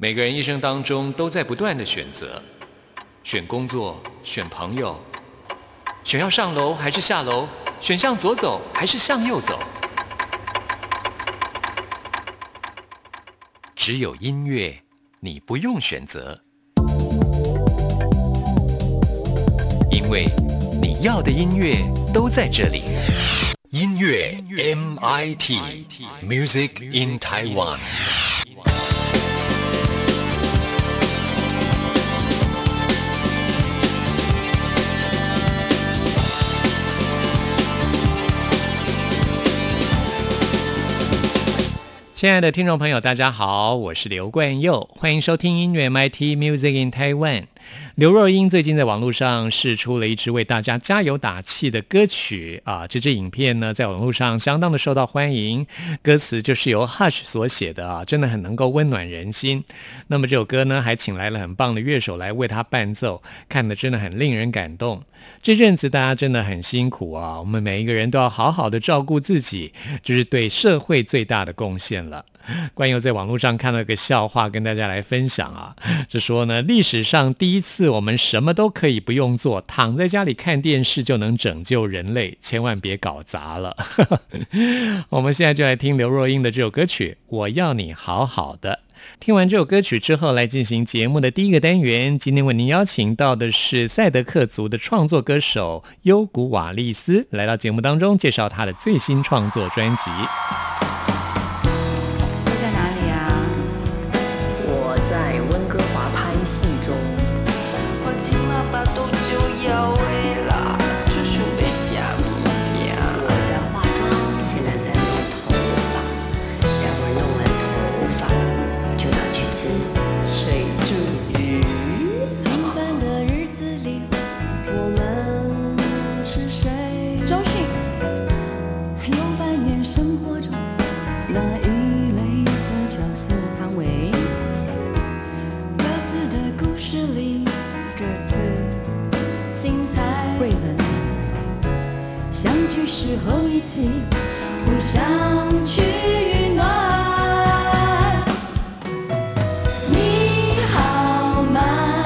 每个人一生当中都在不断的选择，选工作，选朋友，选要上楼还是下楼，选向左走还是向右走。只有音乐，你不用选择，因为你要的音乐都在这里。音乐 MIT Music in Taiwan。亲爱的听众朋友，大家好，我是刘冠佑，欢迎收听音乐 MIT Music in Taiwan。刘若英最近在网络上释出了一支为大家加油打气的歌曲啊，这支影片呢在网络上相当的受到欢迎，歌词就是由 Hush 所写的啊，真的很能够温暖人心。那么这首歌呢还请来了很棒的乐手来为他伴奏，看得真的很令人感动。这阵子大家真的很辛苦啊，我们每一个人都要好好的照顾自己，这是对社会最大的贡献了。冠佑在网络上看到一个笑话跟大家来分享啊，就说呢，历史上第一次我们什么都可以不用做，躺在家里看电视就能拯救人类，千万别搞砸了。我们现在就来听刘若英的这首歌曲《我要你好好的》。听完这首歌曲之后，来进行节目的第一个单元。今天为您邀请到的是赛德克族的创作歌手优古瓦利斯，来到节目当中介绍他的最新创作专辑。 时候一起互相取暖。你好吗，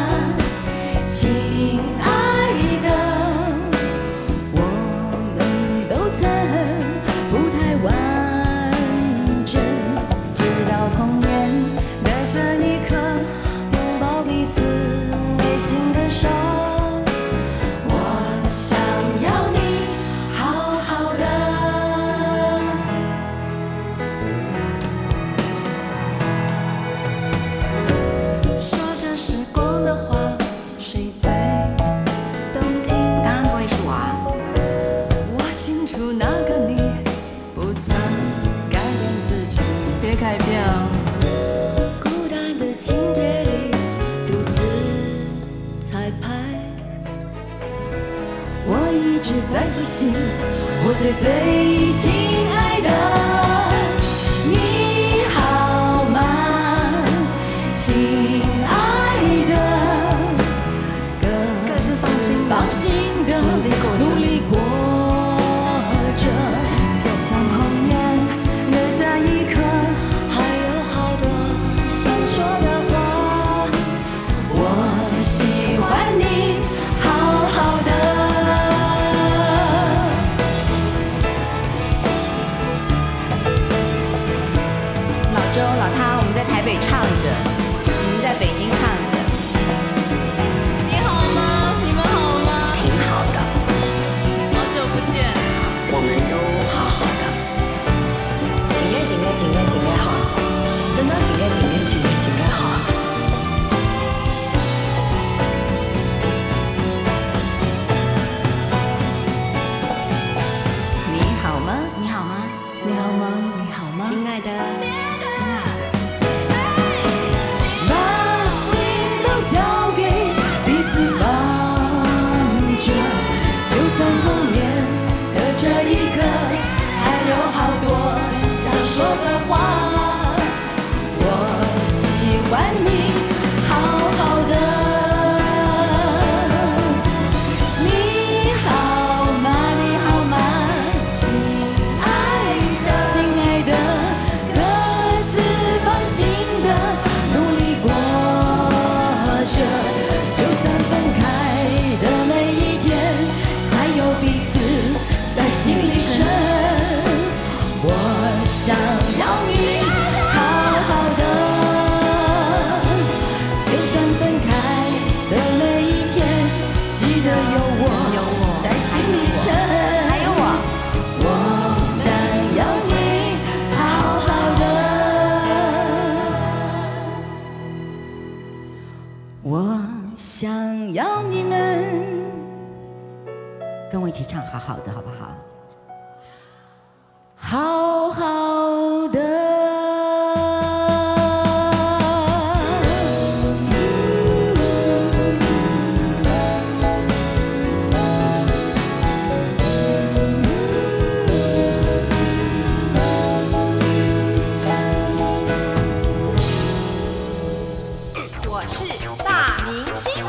亲爱的，我们都曾不太完整，直到碰面的这一刻，拥抱彼此内心的伤。我想要你改变啊！孤单的情节里独自彩排，我一直在复习我最亲爱的。你好吗，亲爱的，各自放心的努力过着，就像碰面的这一刻。说的话，我喜欢你好好的。老周老汤，我们在台北唱着，你们在北京唱着。你好吗？你们好吗？挺好的。好久不见。我们都好好的。景乐好，真的景乐好。你好吗？你好吗？你好吗？你好吗？亲爱的，把心都交给彼此放着，就算碰面的这一刻，还有好多想说的话。我喜欢你好好的。你好吗？你好吗？亲爱的，各自放心的努力过我想要你们跟我一起唱好好的好不好？好好的。 我是大明星。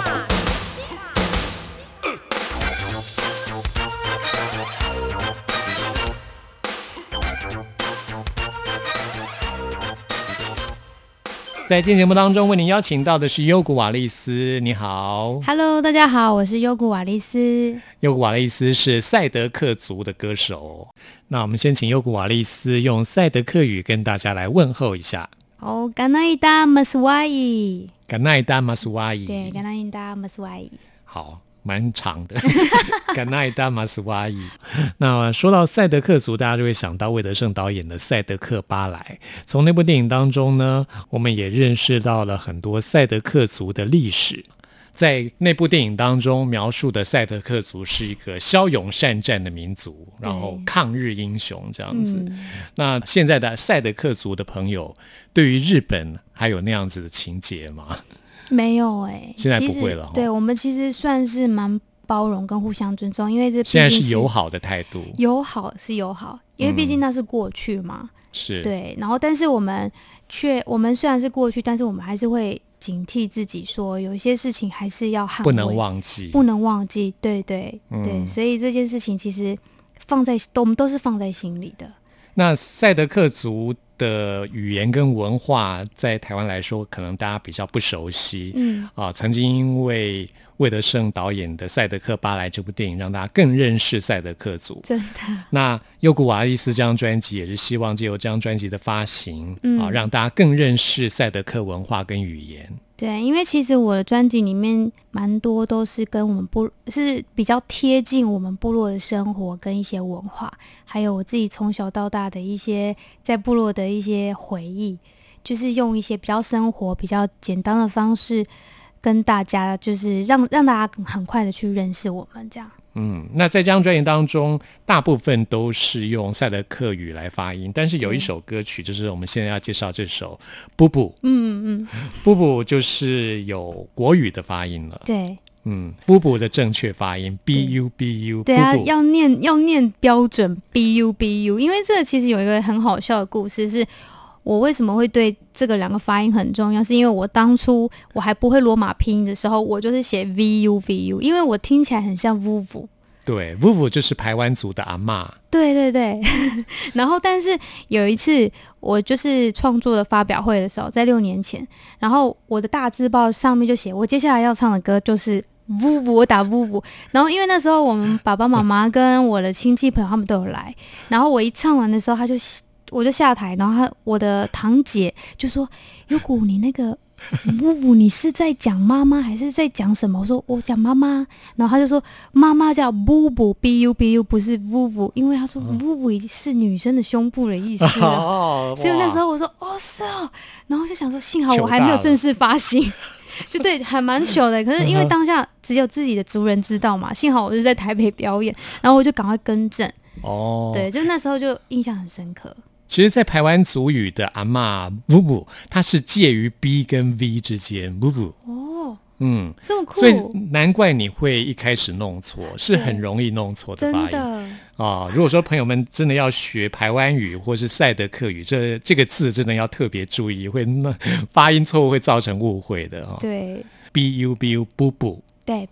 在今天节目当中，为您邀请到的是优古瓦利斯。你好 Hello， 大家好，我是优古瓦利斯。 优古瓦利斯是赛德克族的歌手。那我们先请优古瓦利斯用赛德克语跟大家来问候一下。 哦，甘纳伊达马斯瓦伊。 甘奈达马斯瓦伊。 对，甘纳伊达马斯瓦伊。 好，蛮长的。甘奈达马斯瓦伊。那说到赛德克族，大家就会想到魏德圣导演的《赛德克巴莱》。从那部电影当中呢，我们也认识到了很多赛德克族的历史。在那部电影当中描述的赛德克族是一个骁勇善战的民族，然后抗日英雄这样子。那现在的赛德克族的朋友对于日本还有那样子的情节吗？ 没有欸， 现在不会了。 对，我们其实算是蛮包容跟互相尊重，因为这现在是友好的态度。 友好是友好，因为毕竟那是过去嘛。 是。 对，然后但是我们虽然是过去，但是我们还是会警惕自己说有一些事情还是要捍卫，不能忘记。对对对，所以这件事情其实我们都是放在心里的。 那赛德克族的语言跟文化在台湾来说可能大家比较不熟悉。曾经因为魏德圣导演的《赛德克巴莱》这部电影让大家更认识赛德克族。 真的。 那优古瓦利斯这张专辑也是希望藉由这张专辑的发行，让大家更认识赛德克文化跟语言。 对，因为其实我的专辑里面蛮多都是跟我们是比较贴近我们部落的生活跟一些文化，还有我自己从小到大的一些在部落的一些回忆，就是用一些比较生活比较简单的方式跟大家，就是让大家很快的去认识我们这样。 那在这张专辑当中大部分都是用赛德克语来发音，但是有一首歌曲就是我们现在要介绍这首布布。布布就是有国语的发音了。 对。 布布的正确发音 BU。 对啊，要念标准 BU。 因为这个其实有一个很好笑的故事，是我为什么会对这个两个发音很重要，是因为我当初我还不会罗马拼音的时候，我就是写 VU， 因为我听起来很像 Vuvu。 对， Vuvu 就是排湾族的阿嬷。 对对对。然后但是有一次我就是创作的发表会的时候，在6年前，然后我的大字报上面就写我接下来要唱的歌就是Vuvu， 我打 Vuvu。 然后因为那时候我们爸爸妈妈跟我的亲戚朋友他们都有来，然后我一唱完的时候我就下台，然后我的堂姐就说：“优古，你那个Vuvu， 你是在讲妈妈还是在讲什么？”我说：“我讲妈妈。”然后他就说：“妈妈叫 Bubu BU， 不是 Vuvu， 因为他说 Vuvu 已经是女生的胸部的意思了。”所以那时候我说：“哦，是哦。”然后就想说，幸好我还没有正式发行。就对，还蛮糗的。可是因为当下只有自己的族人知道嘛，幸好我是在台北表演，然后我就赶快更正。对，就那时候就印象很深刻。 其实在排湾族语的阿嬷 Vuvu， 它是介于 B 跟 V 之间 Vuvu。 这么酷。 所以难怪你会一开始弄错，是很容易弄错的发音。 真的。 如果说朋友们真的要学排湾语或是赛德克语，这个字真的要特别注意，会发音错误会造成误会的。 对。 BU Bubu。 对，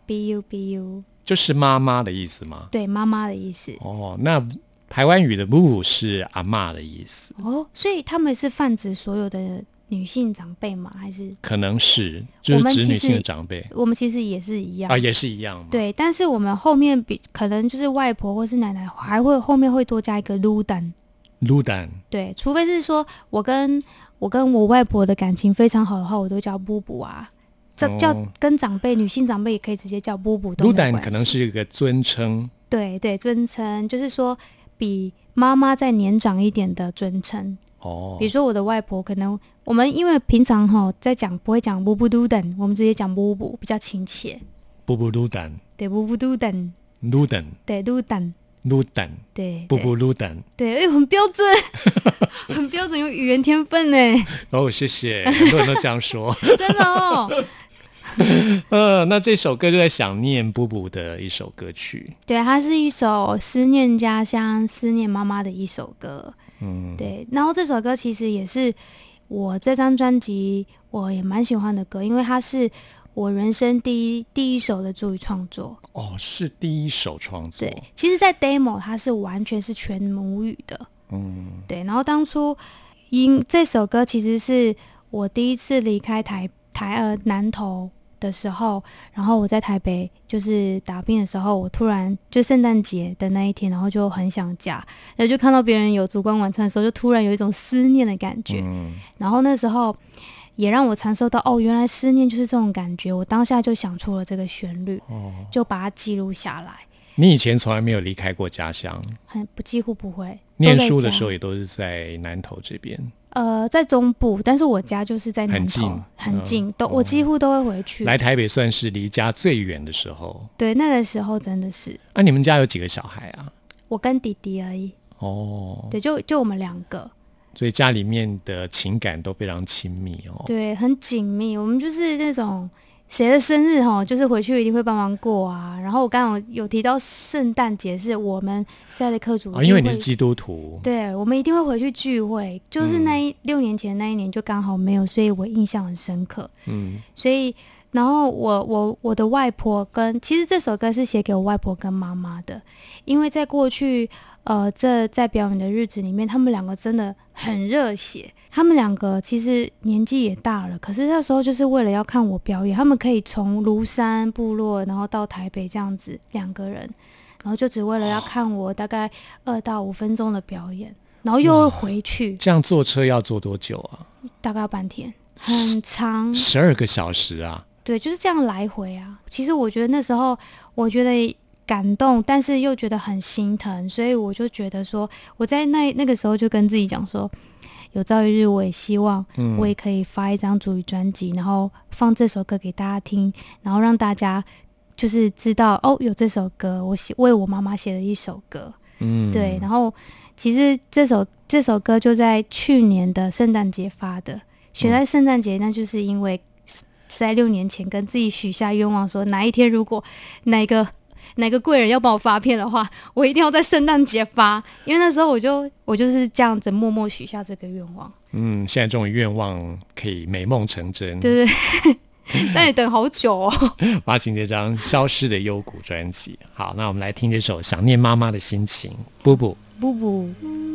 BU 就是妈妈的意思吗？ 对，妈妈的意思。 那排湾语的 Vuvu 是阿嬷的意思。 所以他们是泛指所有的女性长辈吗？还是可能是就是指女性的长辈？ 我们其实也是一样。 也是一样嘛。对， 但是我们后面可能就是外婆或是奶奶还会后面会多加一个 Ludan。对，除非是说我跟我外婆的感情非常好的话，我都叫布布啊。这叫跟长辈女性长辈也可以直接叫布布都没关系。Ludan 可能是一个尊称。 对对，尊称就是说比妈妈再年长一点的尊称。 哦比如说我的外婆，可能我们因为平常在讲不会讲布布嘟等，我们直接讲布布比较亲切。 布布鲁等对，布布嘟等， 鲁等对，嘟等， 鲁等对， 布布鲁等。 对，很标准，很标准，有语言天分呢， 哦，谢谢，很多人都这样说。 真的哦。 那这首歌就在想念布布的一首歌曲。 对，它是一首思念家乡、思念妈妈的一首歌。对。然后这首歌其实也是我这张专辑我也蛮喜欢的歌，因为它是我人生第一首的主语创作。 哦，是第一首创作。 对，其实，在 demo 它是完全是全母语的。对。然后当初这首歌其实是我第一次离开南投的时候，然后我在台北就是打拼的时候，我突然就圣诞节的那一天，然后就很想家，然后就看到别人有烛光晚餐的时候，就突然有一种思念的感觉。然后那时候也让我感受到，原来思念就是这种感觉。我当下就想出了这个旋律，就把它记录下来。 你以前从来没有离开过家乡？ 几乎不会。 念书的时候也都是在南投这边。 在中部，但是我家就是在南投， 很近， 很近，我几乎都会回去。 来台北算是离家最远的时候。 对，那个时候真的是。 你们家有几个小孩啊？ 我跟弟弟而已。对，就我们2个。 所以家里面的情感都非常亲密哦。 对，很紧密。我们就是那种谁的生日就是回去一定会帮忙过啊。然后我刚刚有提到圣诞节是我们赛德克族， 因为你是基督徒， 对，我们一定会回去聚会。就是6年前那一年就刚好没有，所以我印象很深刻。所以然后我的外婆其实这首歌是写给我外婆跟妈妈的，因为在过去这在表演的日子里面，他们2个真的很热血。他们2个其实年纪也大了，可是那时候就是为了要看我表演，他们可以从庐山部落然后到台北这样子2个人，然后就只为了要看我大概2到5分钟的表演，然后又会回去。 这样坐车要坐多久啊？ 大概要半天，很长 ，12个小时啊。 对，就是这样来回啊。其实我觉得那时候我觉得感动，但是又觉得很心疼，所以我就觉得说，我在那个时候就跟自己讲说，有朝一日我也希望我也可以发一张主语专辑，然后放这首歌给大家听，然后让大家就是知道有这首歌，我为我妈妈写了一首歌。对。然后其实这首歌就在去年的圣诞节发的，选在圣诞节，那就是因为在6年前跟自己许下愿望，说哪一天如果哪个贵人要帮我发片的话，我一定要在圣诞节发。因为那时候我就是这样子默默许下这个愿望。 现在终于愿望可以美梦成真。 对对。但也等好久哦。 发行这张消失的幽谷专辑。好，那我们来听这首想念妈妈的心情。布布布布。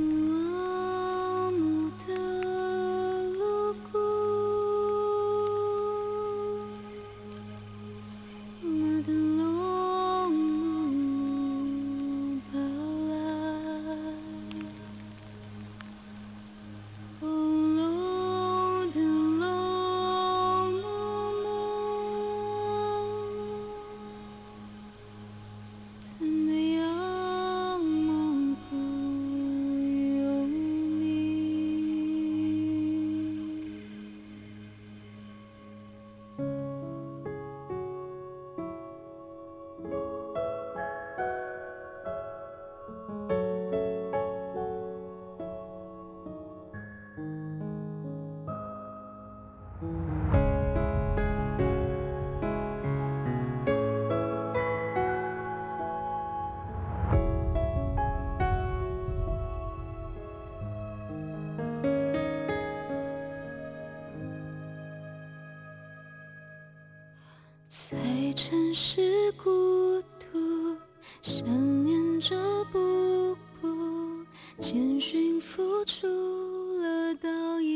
在城市孤独，想念着布布，简讯付出了倒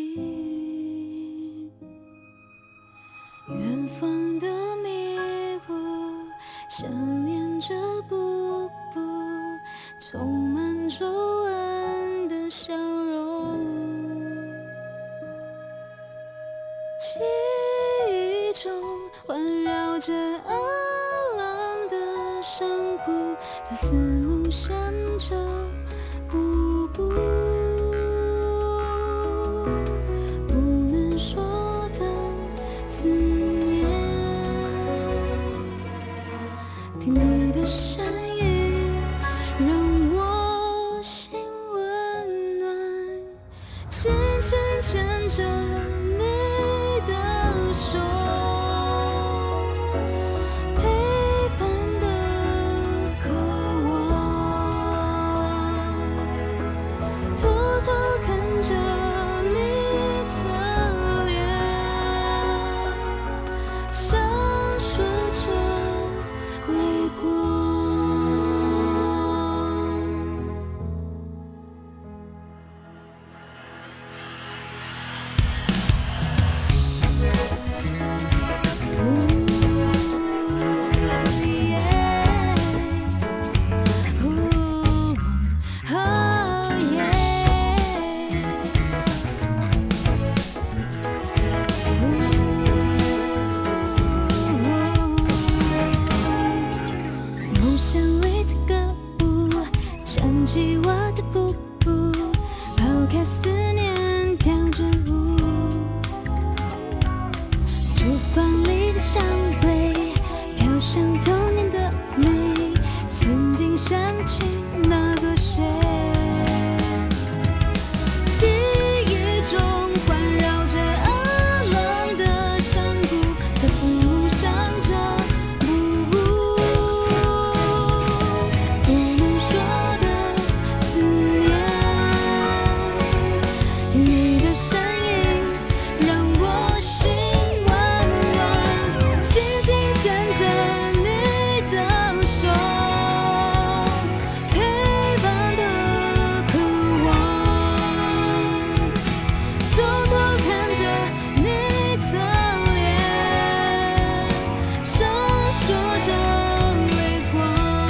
影，远方的迷雾，想念着布布，充满皱纹的笑容，记忆中环绕着阿郎的山谷，这四目相着布布。 思念，听你的声音，让我心温暖，紧紧牵着你的手，陪伴的渴望，偷偷看着你侧脸，闪烁着泪光。梦想里的歌舞，想起我的步步，抛开思念跳着舞。厨房里的香味，飘向童年的美，曾经想起那个谁。记忆中环绕着恶冷的山谷，这四目相着不能说的思念，听你的声音，让我心温暖，紧紧牵着你的手，陪伴的渴望，偷偷看着你侧脸，闪烁着泪光。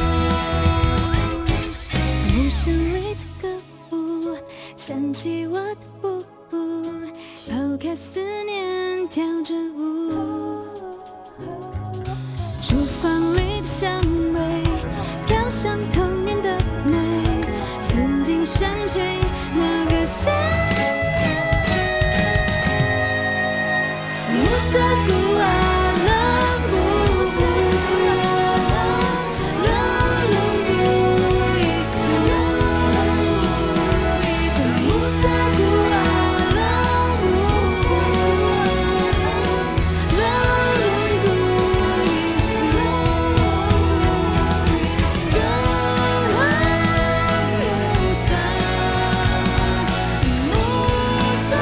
梦想里的歌舞，想起我的步步，抛开思念跳着舞。厨房里的香味，飘向童年的美，曾经想起那个谁。暮色孤啊，冷不孤，冷冷孤一丝。暮色孤啊，冷不孤，冷冷孤一丝。灯光暮色，暮色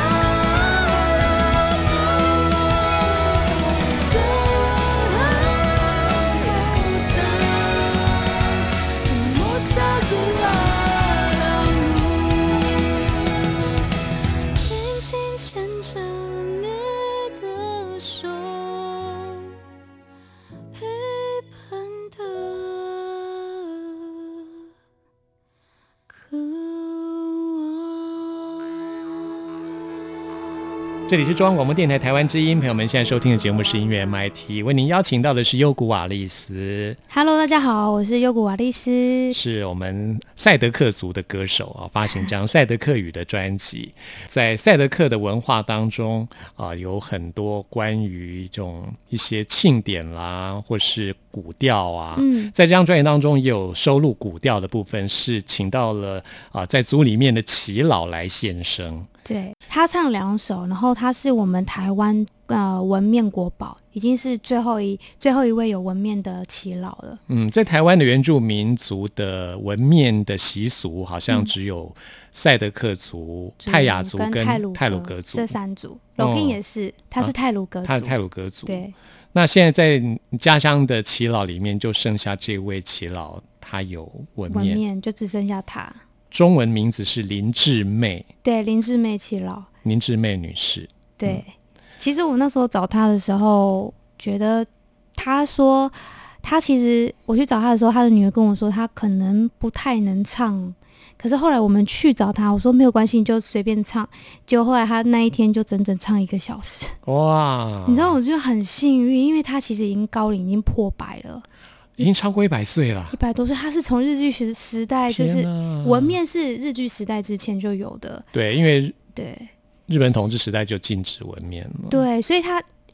轻轻牵着你的手，陪伴的渴望。 这里是中央广播电台台湾之音，朋友们现在收听的节目是音乐 MIT， 为您邀请到的是优古瓦丽丝， Hello， 大家好，我是优古瓦丽丝。 是我们赛德克族的歌手啊，发行这张赛德克语的专辑。在赛德克的文化当中啊，有很多关于这种一些庆典啦，或是古调啊。在这张专辑当中也有收录古调的部分，是请到了在族里面的耆老来献声。 对，他唱2首，然后他是我们台湾文面国宝，已经是最后一位有文面的耆老了。 在台湾的原住民族的文面的习俗，好像只有赛德克族、泰雅族跟太鲁阁族这3族。龙印也是，他是太鲁阁族， 他是太鲁阁族。 对。 那现在在家乡的耆老里面，就剩下这位耆老，他有文面就只剩下他。 中文名字是林志妹， 对，林志妹耆老， 林志妹女士。 对，其实我那时候找他的时候，觉得他说他其实我去找他的时候，他的女儿跟我说他可能不太能唱，可是后来我们去找他，我说没有关系，你就随便唱。结果后来他那一天就整整唱1个小时， 哇！ 你知道，我就很幸运，因为他其实已经高龄，已经破100了。 已经超过100岁了 ，100多岁。他是从日据时代，就是文面是日据时代之前就有的。 对，因为对日本统治时代就禁止文面了。 对，所以他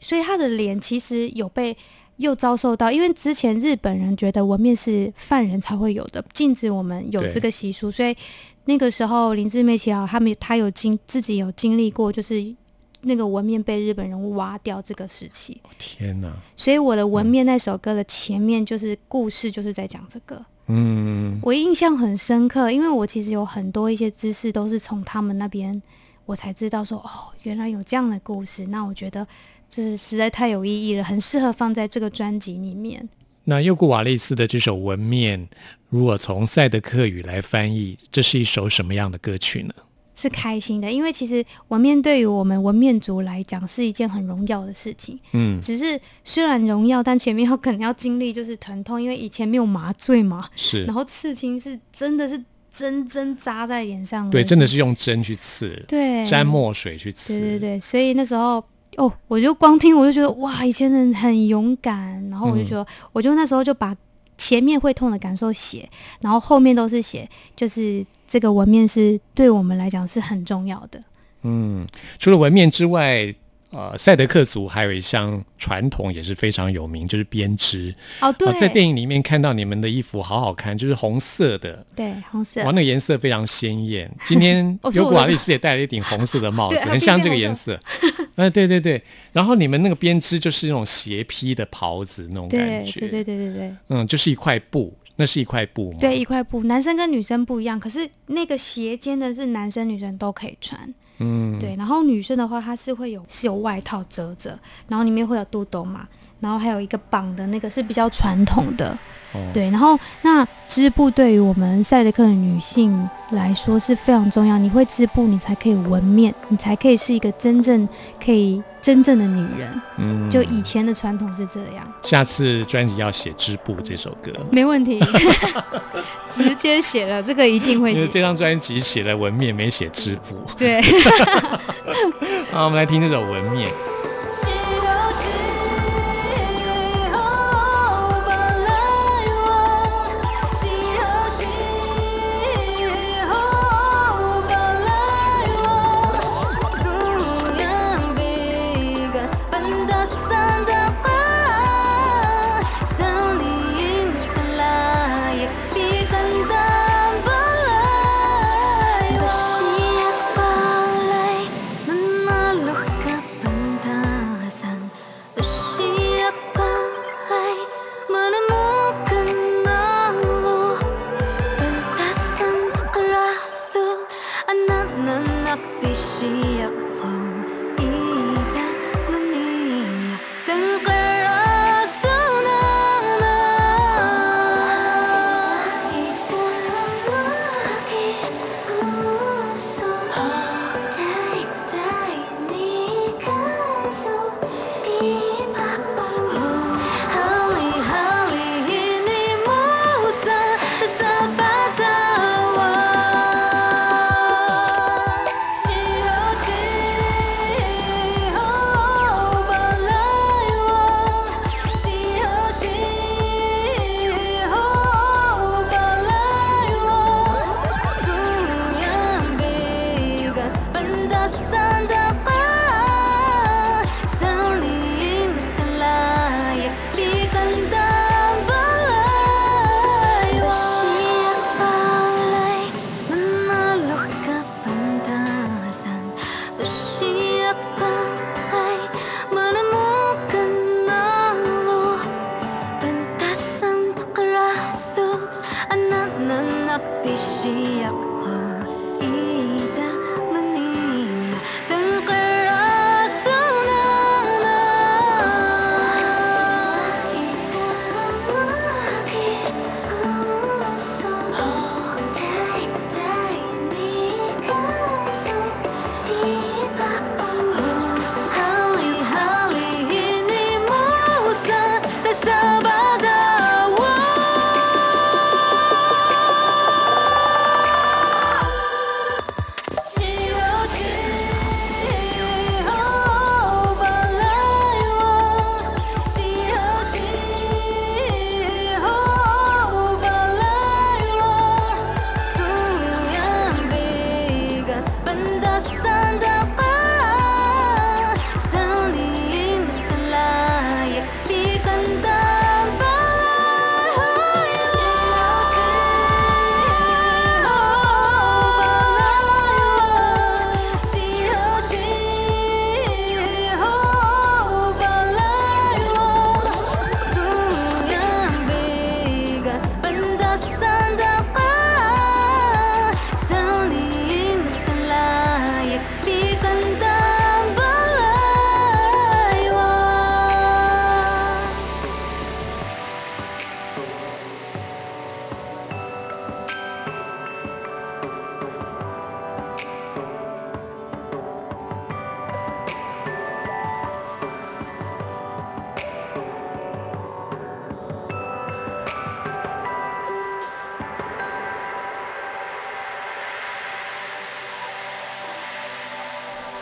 所以他的脸其实有被又遭受到，因为之前日本人觉得纹面是犯人才会有的，禁止我们有这个习俗，所以那个时候林志妹祈祷他自己有经历过，就是那个纹面被日本人挖掉这个时期。 天哪！ 所以我的纹面那首歌的前面就是故事，就是在讲这个。我印象很深刻，因为我其实有很多一些知识都是从他们那边我才知道说，哦，原来有这样的故事。那我觉得这实在太有意义了，很适合放在这个专辑里面。 那尤古瓦利斯的这首《纹面》，如果从赛德克语来翻译，这是一首什么样的歌曲呢？ 是开心的，因为其实纹面对于我们纹面族来讲是一件很荣耀的事情。只是虽然荣耀，但前面可能要经历就是疼痛，因为以前没有麻醉嘛， 是， 然后刺青是真的是针扎在脸上， 对，真的是用针去刺， 对， 沾墨水去刺， 对对对，所以那时候我就光听我就觉得哇，以前人很勇敢，然后我就觉得，我就那时候就把前面会痛的感受写，然后后面都是写，就是这个纹面是对我们来讲是很重要的。 除了纹面之外，赛德克族还有一项传统也是非常有名，就是编织。 对， 在电影里面看到你们的衣服好好看，就是红色的， 对，红色， 哇，那个颜色非常鲜艳。今天尤古瓦利斯也戴了一顶红色的帽子，很像这个颜色。对对对，然后你们那个编织就是那种斜披的袍子那种感觉， 对， 就是一块布。那是一块布吗？ 对，一块布，男生跟女生不一样，可是那个斜肩的是男生女生都可以穿。对，然后女生的话，它是有外套遮着，然后里面会有肚兜嘛，然后还有一个绑的那个是比较传统的。对，然后那织布对于我们赛德克的女性来说是非常重要，你会织布，你才可以纹面，你才可以是一个真正的女人。就以前的传统是这样。 下次专辑要写织布这首歌， 没问题，直接写了，这个一定会写。 因为这张专辑写了纹面，没写织布。 对。 好，我们来听这首纹面。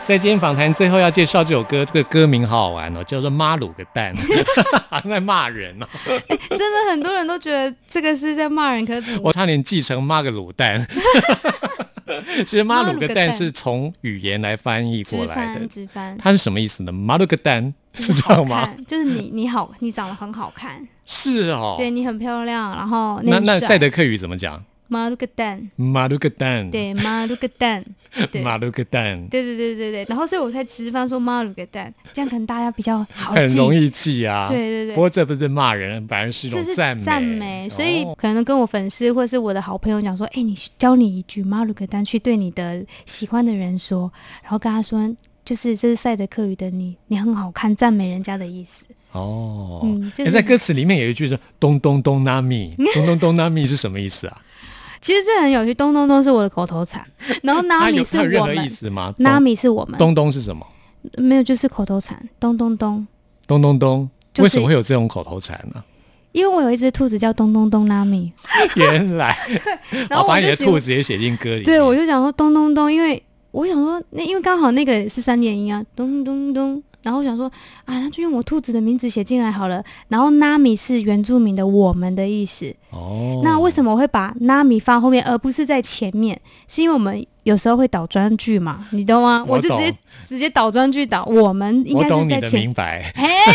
在今天访谈最后要介绍这首歌，这个歌名好好玩哦，叫做《妈卤个蛋》，好像在骂人哦。 真的很多人都觉得这个是在骂人，可是我差点继承妈个卤蛋。其实妈卤个蛋是从语言来翻译过来的， 直翻， 它是什么意思呢？妈卤个蛋是这样吗？ 就是你好，你长得很好看， 是哦， 对你很漂亮，然后那赛德克语怎么讲？ 马鲁个蛋， 马鲁个蛋， 对，马鲁个蛋， 马鲁个蛋， 对，然后所以我才直翻说马鲁个蛋，这样可能大家比较好记，很容易记啊。 对。 不过这不是骂人，反而是一种赞美， 所以可能跟我粉丝或是我的好朋友讲说，你教你一句马鲁个蛋，去对你的喜欢的人说，然后跟他说，就是这是赛德克语的你很好看，赞美人家的意思。 哦， 就是在歌词里面有一句说咚咚咚拉咪，咚咚咚拉咪是什么意思啊？ 其实这很有趣，咚咚咚是我的口头禅，然后拉米是我们。它有任何意思吗？ 拉米是我们。 咚咚是什么？ 没有，就是口头禅。咚咚咚， 咚咚咚，为什么会有这种口头禅呢？ 因为我有一只兔子叫咚咚咚拉米。 原来， 对，然后把你的兔子也写进歌里。 对，我就讲说咚咚咚，因为我想说，因为刚好那个是3连音啊，咚咚咚。然后我想说那就用我兔子的名字写进来好了。然后 Nami 是原住民的我们的意思。那为什么我会把 Nami 放后面而不是在前面？是因为我们有时候会倒专句嘛，你懂吗？我就直接倒专句倒我们应该是在前。 我懂你的明白。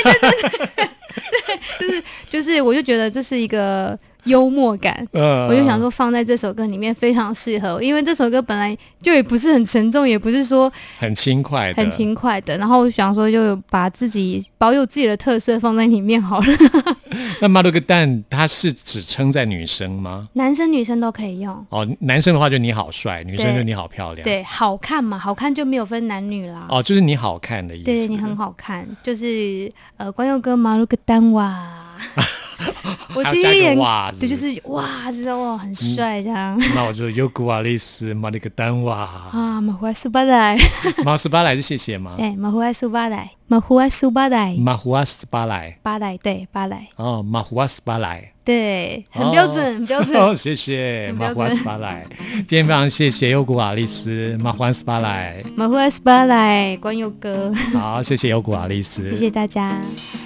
对，就是我就觉得这是一个幽默感，我就想说放在这首歌里面非常适合，因为这首歌本来就也不是很沉重，也不是说很轻快的，然后我想说就把自己保有自己的特色放在里面好了。 那马鲁个蛋它是只称在女生吗？ 男生女生都可以用。 男生的话就你好帅，女生就你好漂亮。 对，好看嘛，好看就没有分男女啦。 就是你好看的意思。 对，你很好看，就是关佑哥马鲁个蛋哇。我第一眼对就是哇，知道哇很帅这样。 那我就有古瓦利斯马鲁个蛋哇马胡埃苏巴莱， 马苏巴莱是谢谢吗？ 对，马胡埃苏巴莱，马胡埃苏巴莱， 马胡阿斯巴莱， 巴莱对巴莱马胡阿斯巴莱。 对，很标准，很标准。 谢谢马胡阿斯巴莱，今天非常谢谢尤古瓦利斯马胡阿斯巴莱， 马胡阿斯巴莱，关佑哥。 好，谢谢尤古瓦利斯， 谢谢大家。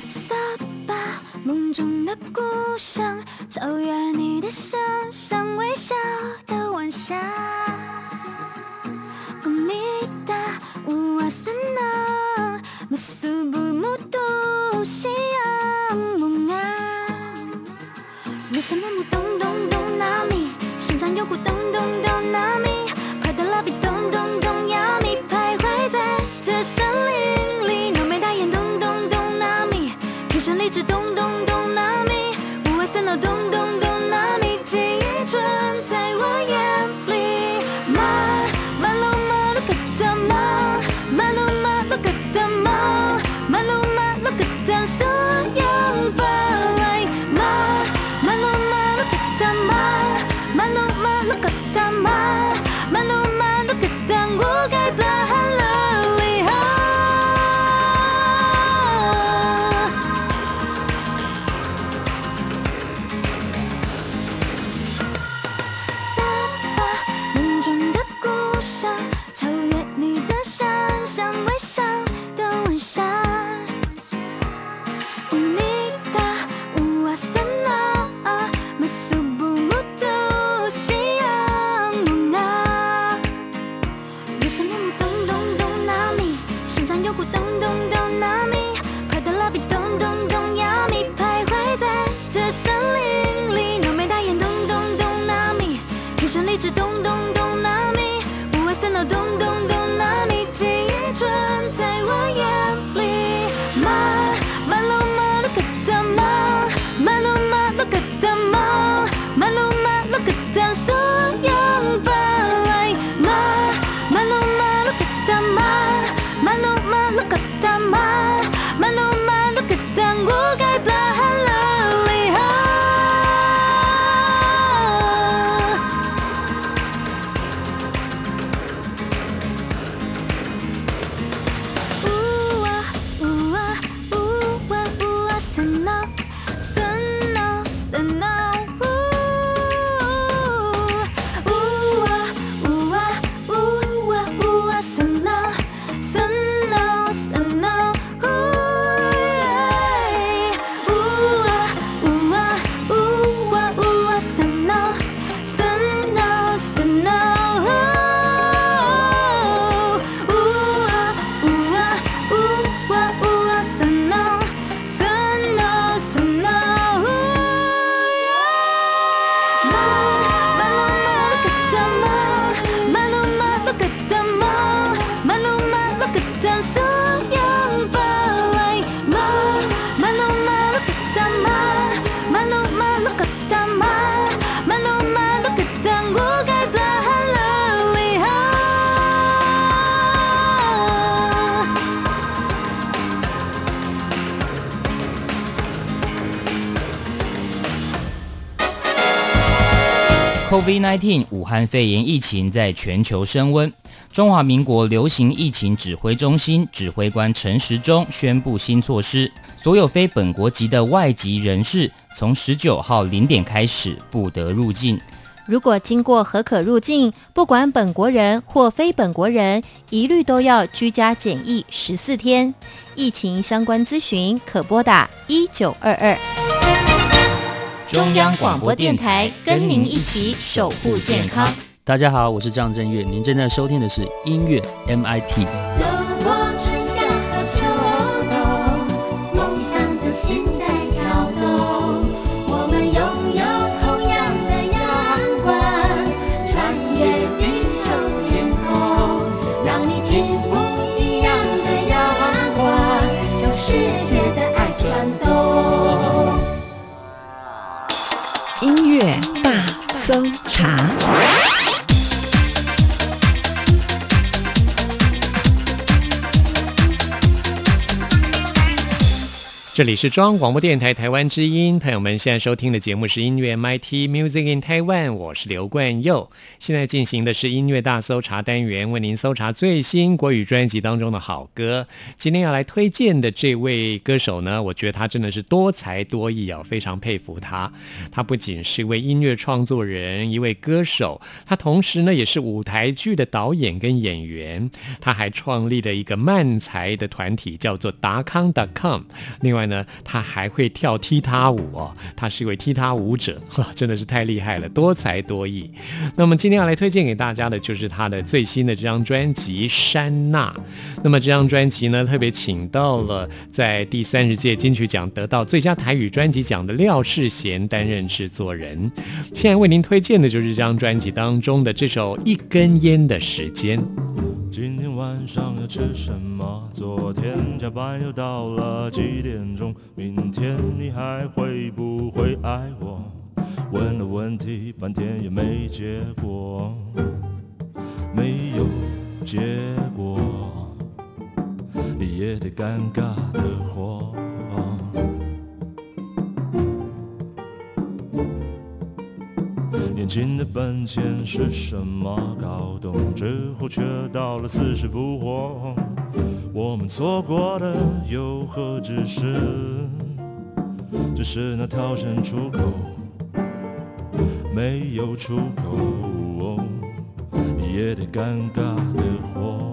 梦中的故乡，超越你的想象，微笑的晚霞。Umida uwasana, masubu moto siang bunga。路上的木咚咚咚纳米，身上有股咚咚咚纳米，快到了鼻子咚咚咚压米，徘徊在这森林里，浓眉大眼咚咚咚纳米，天生丽质咚咚咚纳米，无外三脑咚咚咚纳米，记忆存在我眼里。马路马路可达马，马路马路可达马，马路马路可达所有巴莱马，马路马路可达马，马路马路可达马，马路马路可达我该巴哈勒里哈。萨巴 COVID-19 武汉肺炎疫情在全球升温，中华民国流行疫情指挥中心指挥官陈时中宣布新措施，所有非本国籍的外籍人士从19号0点开始不得入境。 如果经过核可入境，不管本国人或非本国人，一律都要居家检疫14天。疫情相关咨询可拨打1922。中央广播电台跟您一起守护健康。 大家好，我是张震岳，您正在收听的是音乐 MIT。 走过春夏和秋冬，梦想的心在跳动。我们拥有同样的阳光，穿越地球天空，让你听不一样的阳光，向世界的爱传动。 音乐大搜查。 这里是中央广播电台台湾之音，朋友们现在收听的节目是音乐 MIT Music in Taiwan， 我是刘冠佑。现在进行的是音乐大搜查单元，为您搜查最新国语专辑当中的好歌。今天要来推荐的这位歌手呢，我觉得他真的是多才多艺啊，非常佩服他。他不仅是一位音乐创作人，一位歌手，他同时呢也是舞台剧的导演跟演员。他还创立了一个漫才的团体，叫做达康 .com。另外呢，他还会跳踢踏舞哦，他是一位踢踏舞者，真的是太厉害了，多才多艺。那么今天要来推荐给大家的就是他的最新的这张专辑《山娜》。那么这张专辑呢，特别请到了在第30届金曲奖得到最佳台语专辑奖的廖世贤担任制作人。现在为您推荐的就是这张专辑当中的这首《一根烟的时间》。 今天晚上要吃什么？昨天加班又到了几点钟？明天你还会不会爱我？问了问题半天也没结果，没有结果，你也得尴尬的活。年轻的本钱是什么？搞懂之后却到了40不惑。我们错过的又何止是？只是那逃生出口没有出口，你也得尴尬的活。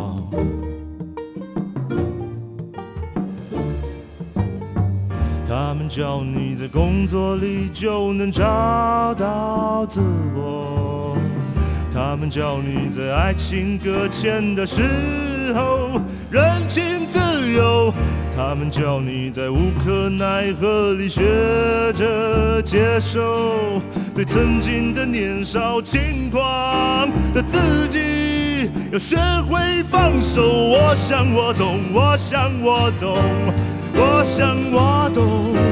他们教你在工作里就能找到自我，他们教你在爱情搁浅的时候认清自由，他们教你在无可奈何里学着接受，对曾经的年少轻狂的自己要学会放手。我想我懂，我想我懂，我想我懂，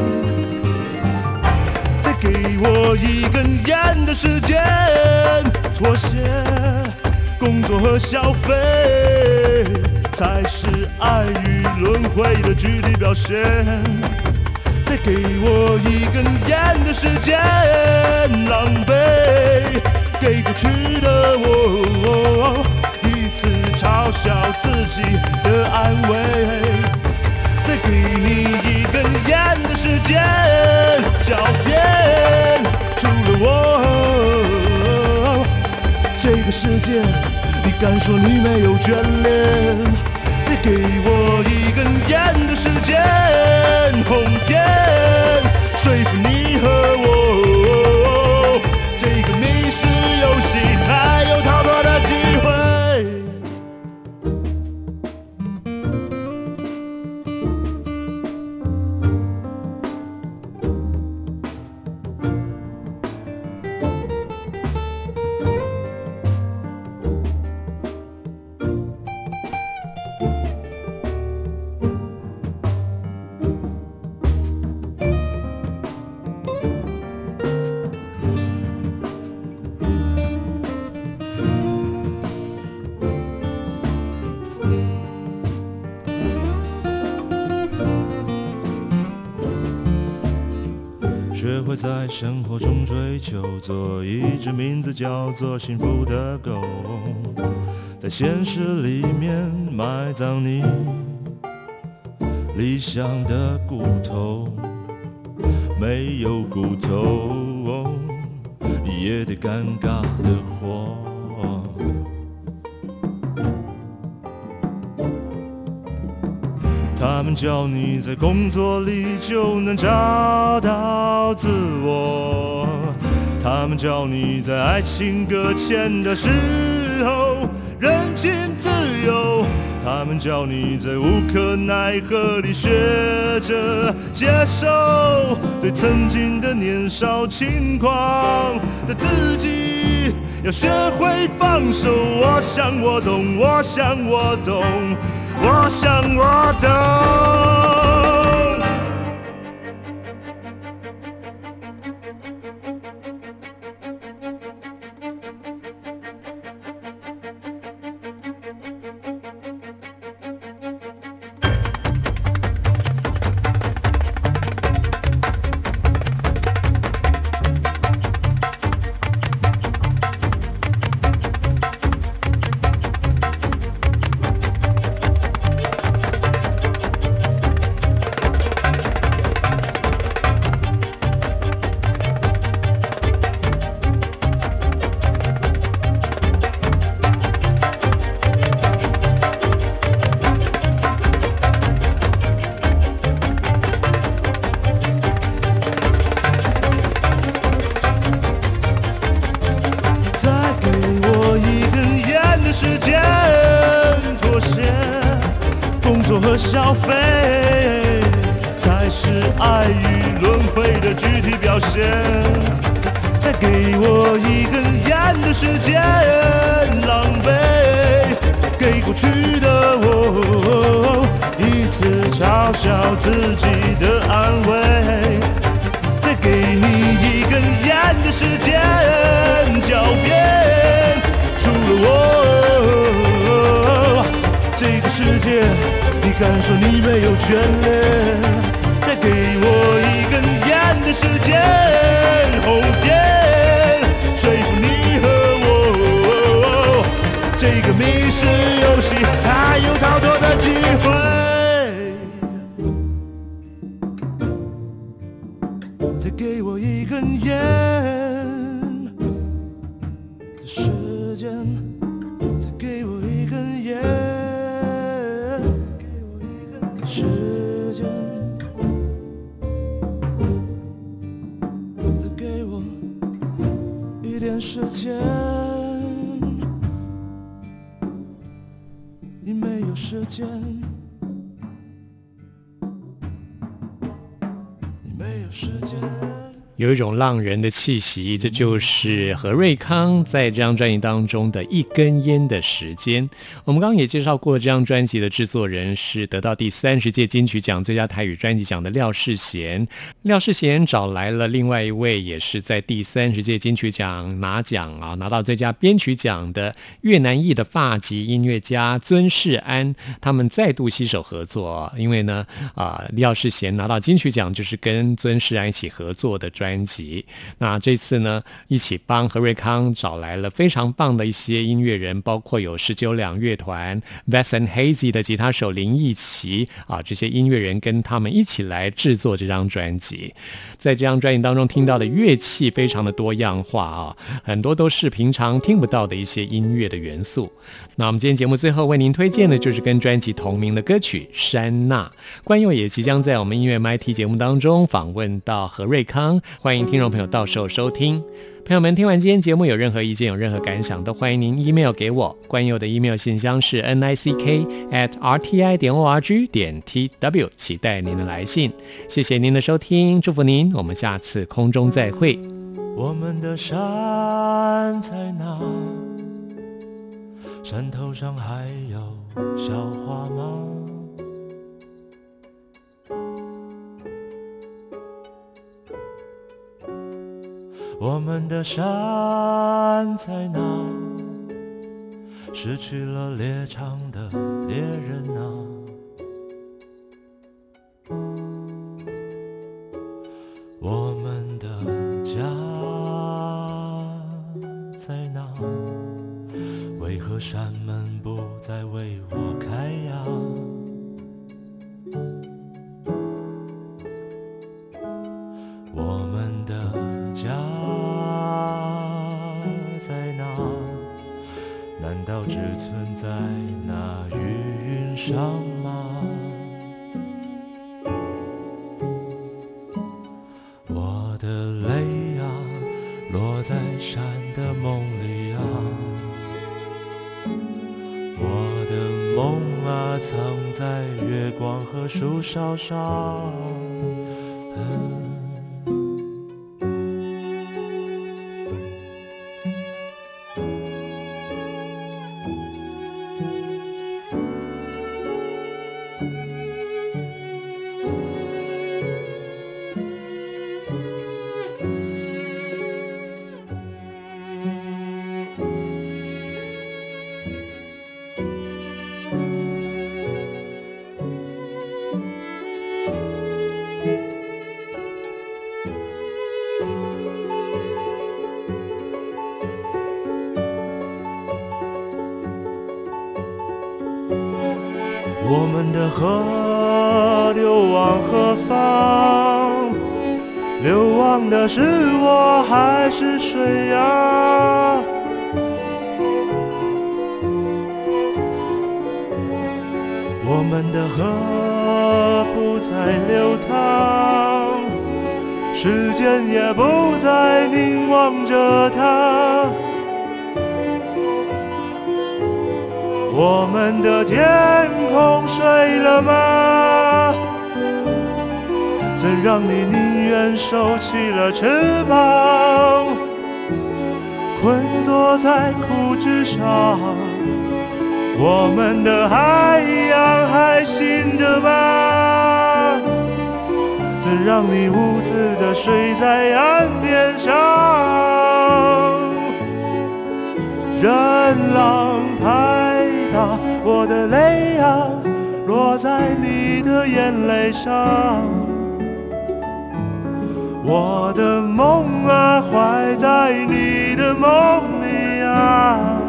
再给我一根烟的时间，妥协工作和消费才是爱与轮回的具体表现。再给我一根烟的时间，狼狈给过去的我一次嘲笑自己的安慰。再给你一根烟的时间，焦点除了我，这个世界你敢说你没有眷恋？再给我一根烟的时间，红天说服你和我，这个密室游戏还有逃脱的机会。 学会在生活中追求，做一只名字叫做幸福的狗，在现实里面埋葬你理想的骨头，没有骨头，你也得尴尬的活。他们教你在工作里就能找到自我，他们教你在爱情搁浅的时候认清自由，他们教你在无可奈何里学着接受，对曾经的年少轻狂的自己要学会放手。我想我懂，我想我懂，我想我懂。消费才是爱与轮回的具体表现。再给我一根烟的时间，浪费给过去的我一次嘲笑自己的安慰。再给你一根烟的时间，狡辩除了我，这个世界你敢说你没有眷恋？再给我一根烟的时间，哄骗说服你和我，这个密室游戏还有逃脱的机会。再给我一根烟的时间，再给我一根烟时间，再给我一点时间。你没有时间，你没有时间。 有一种浪人的气息，这就是何瑞康在这张专辑当中的一根烟的时间。我们刚刚也介绍过，这张专辑的制作人是得到第30届金曲奖最佳台语专辑奖的廖世贤。廖世贤找来了另外一位也是在第30届金曲奖拿到最佳编曲奖的越南裔的发籍音乐家尊世安，他们再度携手合作。因为呢廖世贤拿到金曲奖就是跟尊世安一起合作的专辑。那这次呢，一起帮何瑞康找来了非常棒的一些音乐人，包括有19两乐团 Vast and Hazy 的吉他手林奕琪这些音乐人跟他们一起来制作这张专辑。在这张专辑当中听到的乐器非常的多样化很多都是平常听不到的一些音乐的元素。那我们今天节目最后为您推荐的就是跟专辑同名的歌曲《山娜》。冠佑也即将在我们音乐 MIT 节目当中访问到何瑞康，欢迎听众朋友到时候收听。朋友们，听完今天节目有任何意见有任何感想，都欢迎您 email 给我。冠佑的 email 信箱是 nick@rti.org.tw， 期待您的来信。谢谢您的收听，祝福您，我们下次空中再会。 我们的山在哪？山头上还有小花吗？我们的山在哪？失去了猎场的猎人啊！ 我们的家在哪？为何山门不再为我开呀？我们的家在哪？难道只存在那雨云上吗？我的泪啊，落在山的梦里啊，我的梦啊，藏在月光和树梢上。我们的河流往何方？流亡的是我还是水呀？我们的河不再流淌，时间也不再凝望着它。我们的天空睡了吗？怎让你宁愿收起了翅膀，困坐在枯枝上？我们的海洋还醒着吗？怎让你兀自地睡在岸边上？任浪拍打我的泪啊，落在你的眼泪上。我的梦啊，坏在你的梦里啊。